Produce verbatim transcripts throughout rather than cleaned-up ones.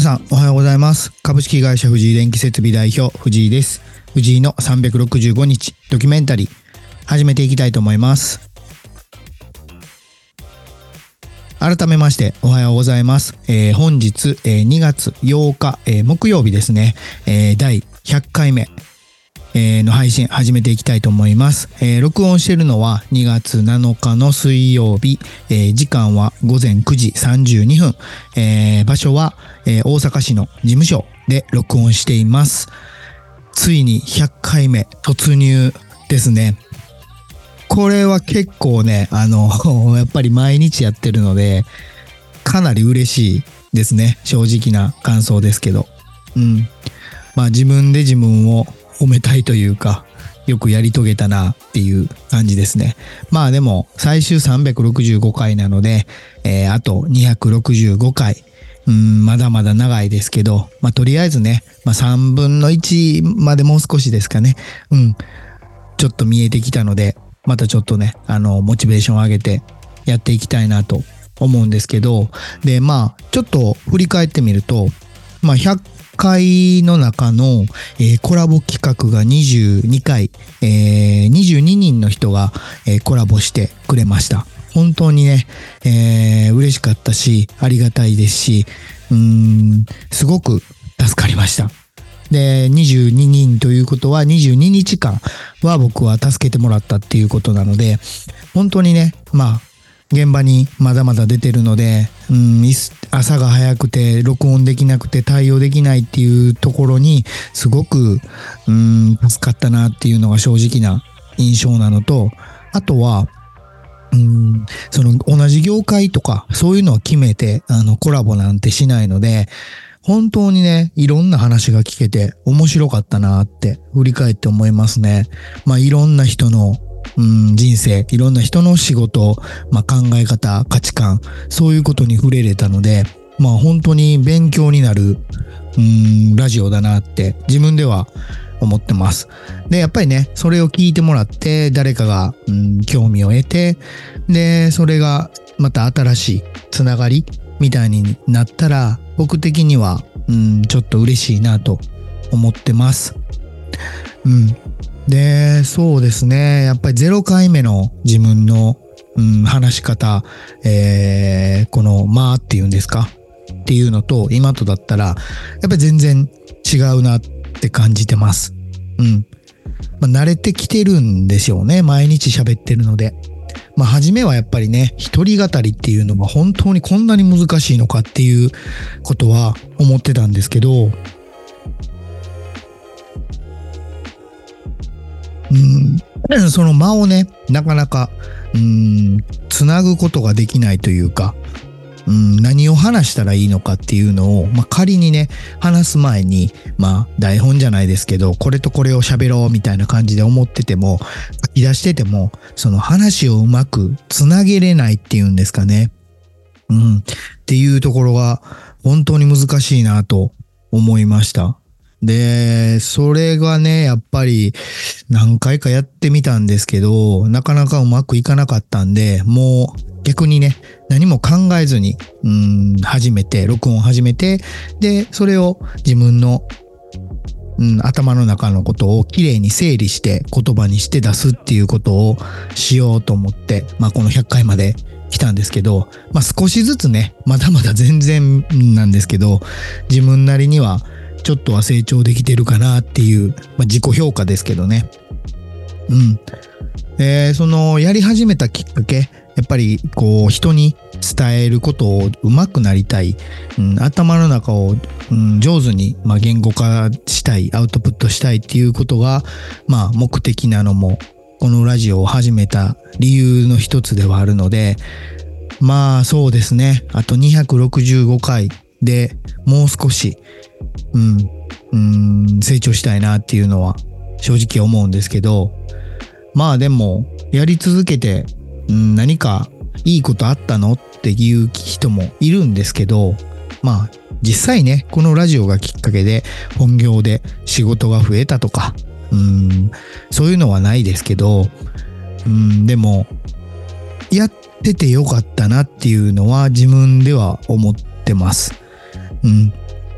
さんおはようございます。株式会社藤井電気設備代表藤井です。藤井のさんびゃくろくじゅうごにちドキュメンタリー始めていきたいと思います。改めましておはようございます。えー、本日、えー、にがつようか、えー、木曜日ですね、えー、だいひゃっかいめ、えー、の配信始めていきたいと思います。えー、録音しているのはにがつなのかの水曜日、えー、時間はごぜんくじさんじゅうにふん、えー、場所は、えー、大阪市の事務所で録音しています。ついにひゃっかいめ突入ですね。これは結構ね、あの、やっぱり毎日やってるので、かなり嬉しいですね。正直な感想ですけど。うん。まあ自分で自分を褒めたいというか、よくやり遂げたなっていう感じですね。まあでも、最終さんびゃくろくじゅうごかいなので、えー、あとにひゃくろくじゅうごかい。うん、まだまだ長いですけど、まあとりあえずね、まあさんぶんのいちまでもう少しですかね。うん。ちょっと見えてきたので、またちょっとね、あの、モチベーションを上げてやっていきたいなと思うんですけど、で、まあ、ちょっと振り返ってみると、まあ、ひゃっかいの中の、えー、コラボ企画がにじゅうにかい、えー、にじゅうににんの人が、えー、コラボしてくれました。本当にね、えー、嬉しかったし、ありがたいですし、うーん、すごく助かりました。で、にじゅうににんということはにじゅうににちかんは僕は助けてもらったっていうことなので、本当にね、まあ、現場にまだまだ出てるので、うん、朝が早くて録音できなくて対応できないっていうところにすごく、うん、助かったなっていうのが正直な印象なのと、あとは、うん、その同じ業界とかそういうのを決めてあのコラボなんてしないので、本当にね、いろんな話が聞けて面白かったなって振り返って思いますね。まあいろんな人の、うん、人生、いろんな人の仕事、まあ考え方、価値観、そういうことに触れれたので、まあ本当に勉強になる、うん、ラジオだなって自分では思ってます。で、やっぱりね、それを聞いてもらって誰かが、うん、興味を得て、で、それがまた新しいつながりみたいになったら、僕的には、うん、ちょっと嬉しいなと思ってます。うん。で、そうですね。やっぱりゼロかいめの自分の、うん、話し方、えー、この、まあっていうんですかっていうのと、今とだったら、やっぱり全然違うなって感じてます。うん。まあ、慣れてきてるんでしょうね。毎日喋ってるので。まあ、初めはやっぱりね、一人語りっていうのが本当にこんなに難しいのかっていうことは思ってたんですけど、うん、その間をね、なかなか、うん、つなぐことができないというか、うん、何を話したらいいのかっていうのを、まあ、仮にね、話す前に、まあ、台本じゃないですけど、これとこれを喋ろうみたいな感じで思ってても、書き出してても、その話をうまくつなげれないっていうんですかね。うん。っていうところが、本当に難しいなと思いました。で、それがね、やっぱり何回かやってみたんですけど、なかなかうまくいかなかったんで、もう逆にね、何も考えずに、うーん、始めて、録音を始めて、で、それを自分の、うん、頭の中のことをきれいに整理して言葉にして出すっていうことをしようと思って、まあこのひゃっかいまで来たんですけど、まあ少しずつね、まだまだ全然なんですけど、自分なりにはちょっとは成長できてるかなっていう、まあ自己評価ですけどね。うん。えー、その、やり始めたきっかけ、やっぱりこう人に伝えることを上手くなりたい、うん、頭の中を、うん、上手に、まあ、言語化したい、アウトプットしたいっていうことが、まあ、目的なのもこのラジオを始めた理由の一つではあるので、まあそうですね、あとにひゃくろくじゅうごかいでもう少し、うん、うん、成長したいなっていうのは正直思うんですけど、まあでもやり続けて、うん、何かいいことあったのっていう人もいるんですけど、まあ実際ね、このラジオがきっかけで本業で仕事が増えたとか、うん、そういうのはないですけど、うん、でもやっててよかったなっていうのは自分では思ってます。うん、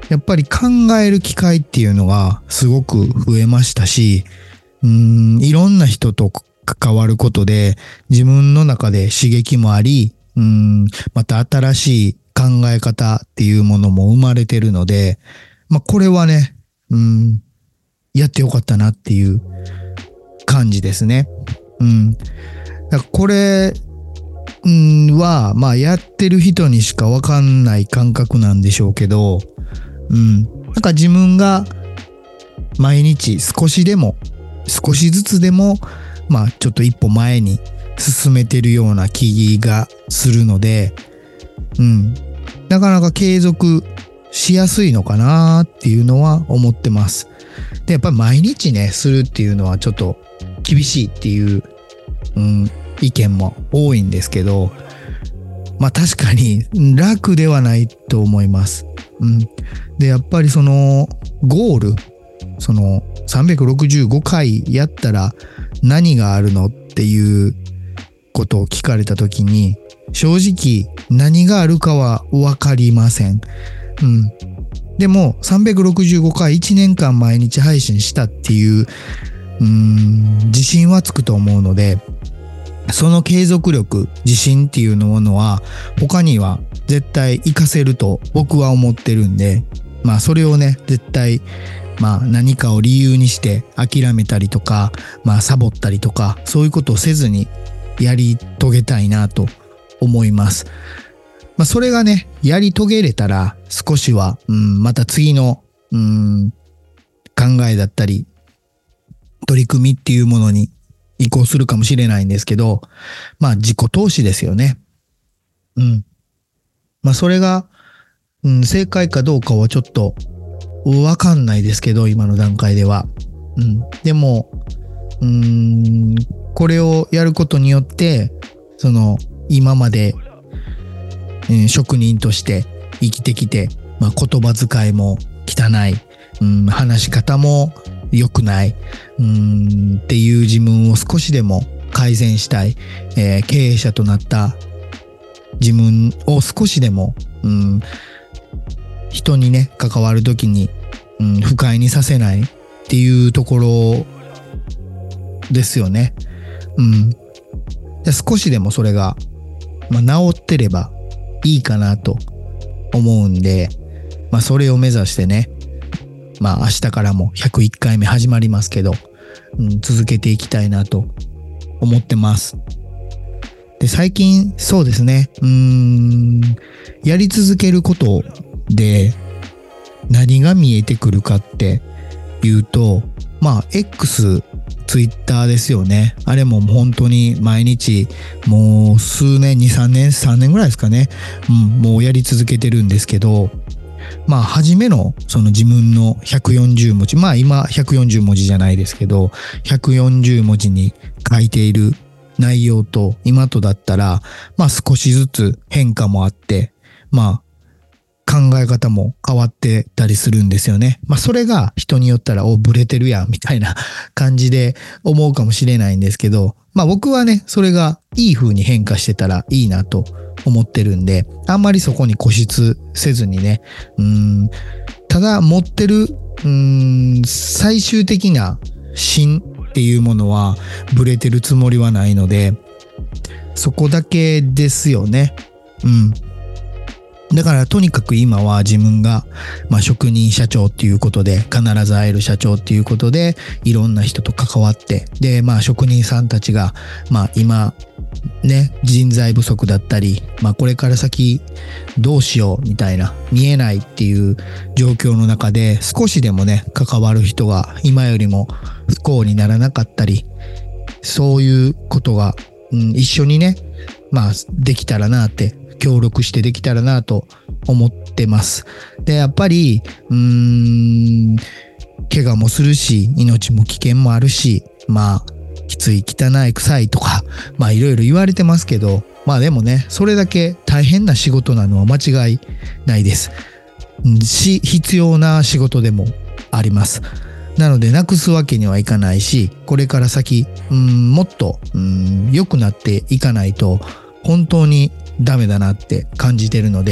やっぱり考える機会っていうのがすごく増えましたし、うーん、いろんな人と関わることで自分の中で刺激もあり、うーん、また新しい考え方っていうものも生まれてるので、まあこれはね、うーん、やってよかったなっていう感じですね。うん。だからこれ、うんは、まあやってる人にしかわかんない感覚なんでしょうけど、うん。なんか自分が毎日少しでも、少しずつでも、まあちょっと一歩前に進めてるような気がするので、うん。なかなか継続しやすいのかなっていうのは思ってます。で、やっぱり毎日ね、するっていうのはちょっと厳しいっていう、うん、意見も多いんですけど、まあ確かに楽ではないと思います。うん。で、やっぱりそのゴール、そのさんびゃくろくじゅうごかいやったら何があるのっていうことを聞かれたときに、正直何があるかはわかりません。うん。でもさんびゃくろくじゅうごかいいちねんかん毎日配信したっていう、うーん、自信はつくと思うので、その継続力、自信っていうものは他には絶対活かせると僕は思ってるんで、まあそれをね、絶対まあ何かを理由にして諦めたりとか、まあサボったりとか、そういうことをせずにやり遂げたいなと思います。まあそれがね、やり遂げれたら少しは、うん、また次の、うん、考えだったり、取り組みっていうものに移行するかもしれないんですけど、まあ自己投資ですよね。うん。まあそれが、うん、正解かどうかはちょっとわかんないですけど、今の段階では。うん。でも、うーん、これをやることによって、その今まで、うん、職人として生きてきて、まあ言葉遣いも汚い、うん、話し方も良くない、うーんっていう自分を少しでも改善したい、えー、経営者となった自分を少しでも、うん、人にね関わるときに、うん、不快にさせないっていうところですよね。うん。で少しでもそれが、まあ、治ってればいいかなと思うんで、まあそれを目指してね。まあ明日からもひゃくいっかいめ始まりますけど、うん、続けていきたいなと思ってます。で、最近そうですね、うーん、やり続けることで何が見えてくるかっていうと、まあ X、Twitter ですよね。あれも本当に毎日もう数年、に、さんねん、さんねんぐらいですかね。うん、もうやり続けてるんですけど、まあ、初めの、その自分のひゃくよんじゅうもじ、まあ今ひゃくよんじゅうもじじゃないですけど、ひゃくよんじゅうもじに書いている内容と今とだったら、まあ少しずつ変化もあって、まあ考え方も変わってたりするんですよね。まあそれが人によったら、お、ブレてるやんみたいな感じで思うかもしれないんですけど、まあ僕はね、それがいい風に変化してたらいいなと思ってるんで、あんまりそこに固執せずにね、うーん、ただ持ってる、うーん、最終的な芯っていうものはブレてるつもりはないので、そこだけですよね。うん。だからとにかく今は自分が、まあ、職人社長っていうことで、必ず会える社長っていうことで、いろんな人と関わって、で、まあ職人さんたちが、まあ今、ね、人材不足だったり、まあこれから先どうしようみたいな、見えないっていう状況の中で、少しでもね、関わる人が今よりも不幸にならなかったり、そういうことが、うん、一緒にね、まあできたらなって、協力してできたらなと思ってます。で、やっぱり、うーん、怪我もするし、命も危険もあるし、まあ、きつい、汚い、臭いとか、まあいろいろ言われてますけど、まあでもね、それだけ大変な仕事なのは間違いないです。し、必要な仕事でもあります。なので、なくすわけにはいかないし、これから先、うーん、もっと、うーん、良くなっていかないと、本当にダメだなって感じてるので、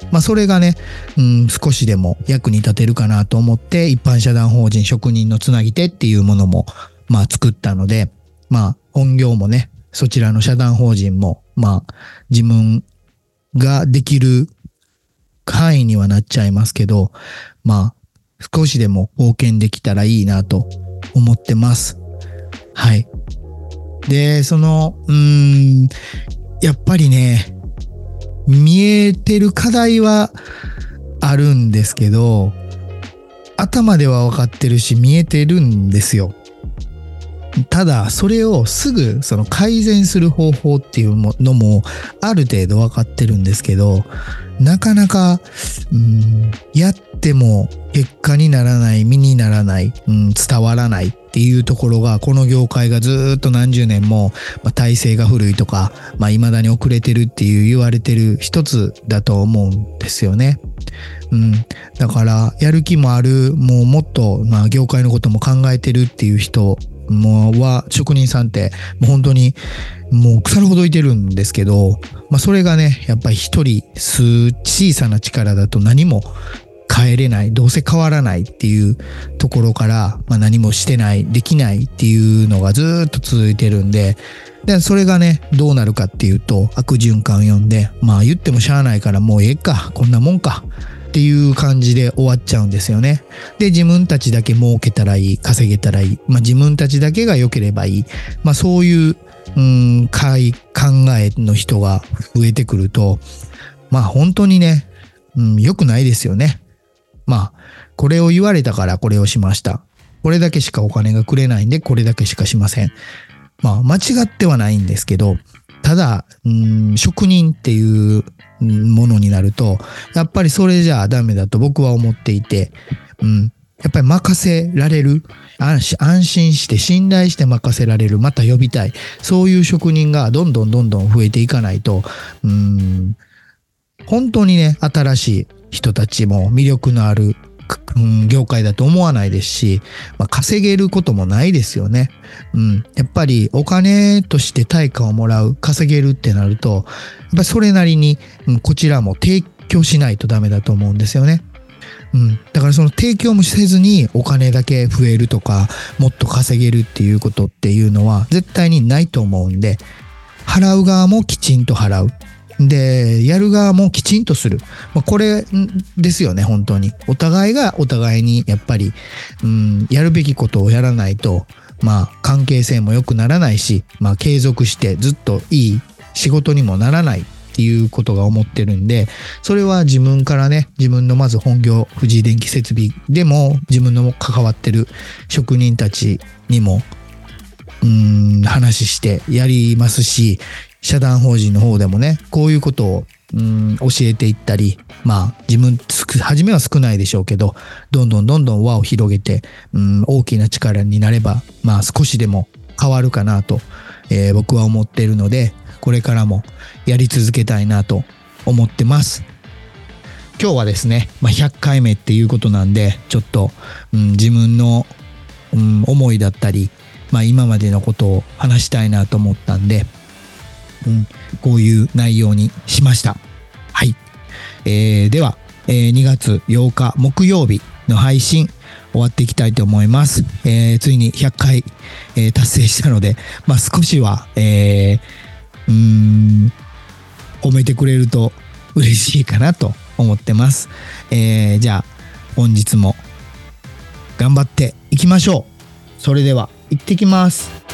まあそれがね、うん、少しでも役に立てるかなと思って一般社団法人職人のつなぎ手っていうものもまあ作ったので、まあ本業もね、そちらの社団法人もまあ自分ができる範囲にはなっちゃいますけど、まあ少しでも貢献できたらいいなと思ってます。はい。で、その、うーん、やっぱりね、見えてる課題はあるんですけど、頭では分かってるし見えてるんですよ。ただ、それをすぐその改善する方法っていうのもある程度分かってるんですけど、なかなか、うん、やっても結果にならない、身にならない、うん、伝わらないっていうところが、この業界がずっと何十年も、まあ、体制が古いとか、まあ、未だに遅れてるっていう言われてる一つだと思うんですよね。うん。だから、やる気もある、もうもっと、まあ、業界のことも考えてるっていう人もは、職人さんって、もう本当に、もう腐るほどいてるんですけど、まあそれがね、やっぱり一人数小さな力だと何も変えれない、どうせ変わらないっていうところから、まあ何もしてない、できないっていうのがずっと続いてるんで、で、それがね、どうなるかっていうと、悪循環を読んで、まあ言ってもしゃあないからもうええか、こんなもんか。っていう感じで終わっちゃうんですよね。で、自分たちだけ儲けたらいい、稼げたらいい。まあ自分たちだけが良ければいい。まあそういう、うん、考えの人が増えてくると、まあ本当にね、うん、良くないですよね。まあ、これを言われたからこれをしました。これだけしかお金がくれないんでこれだけしかしません。まあ間違ってはないんですけど、ただ、うん、職人っていうものになると、やっぱりそれじゃダメだと僕は思っていて、うん、やっぱり任せられる、安心して信頼して任せられる、また呼びたい、そういう職人がどんどんどんどん増えていかないと、うん、本当にね、新しい人たちも魅力のある、うん、業界だと思わないですし、まあ、稼げることもないですよね。うん、やっぱりお金として対価をもらう、稼げるってなると、やっぱりそれなりに、うん、こちらも提供しないとダメだと思うんですよね。うん、だからその提供もせずにお金だけ増えるとか、もっと稼げるっていうことっていうのは絶対にないと思うんで、払う側もきちんと払う。で、やる側もきちんとする。まあ、これですよね、本当に。お互いがお互いにやっぱり、うん、やるべきことをやらないと、まあ、関係性も良くならないし、まあ、継続してずっといい仕事にもならないっていうことが思ってるんで、それは自分からね、自分のまず本業、富士電機設備でも自分の関わってる職人たちにも、うーん、話してやりますし、社団法人の方でもね、こういうことをうん教えていったり、まあ自分、初めは少ないでしょうけど、どんどんどんどん輪を広げて、うん大きな力になれば、まあ少しでも変わるかなと、えー、僕は思っているので、これからもやり続けたいなと思ってます。今日はですね、まあ、ひゃっかいめっていうことなんで、ちょっと、うん、自分の、うん、思いだったり、まあ今までのことを話したいなと思ったんで、うん、こういう内容にしました。はい。えー、では、えー、にがつようか木曜日の配信終わっていきたいと思います。えー、ついにひゃっかい、えー、達成したので、まあ少しは、えー、うーん、褒めてくれると嬉しいかなと思ってます。えー、じゃあ本日も頑張っていきましょう。それでは行ってきます。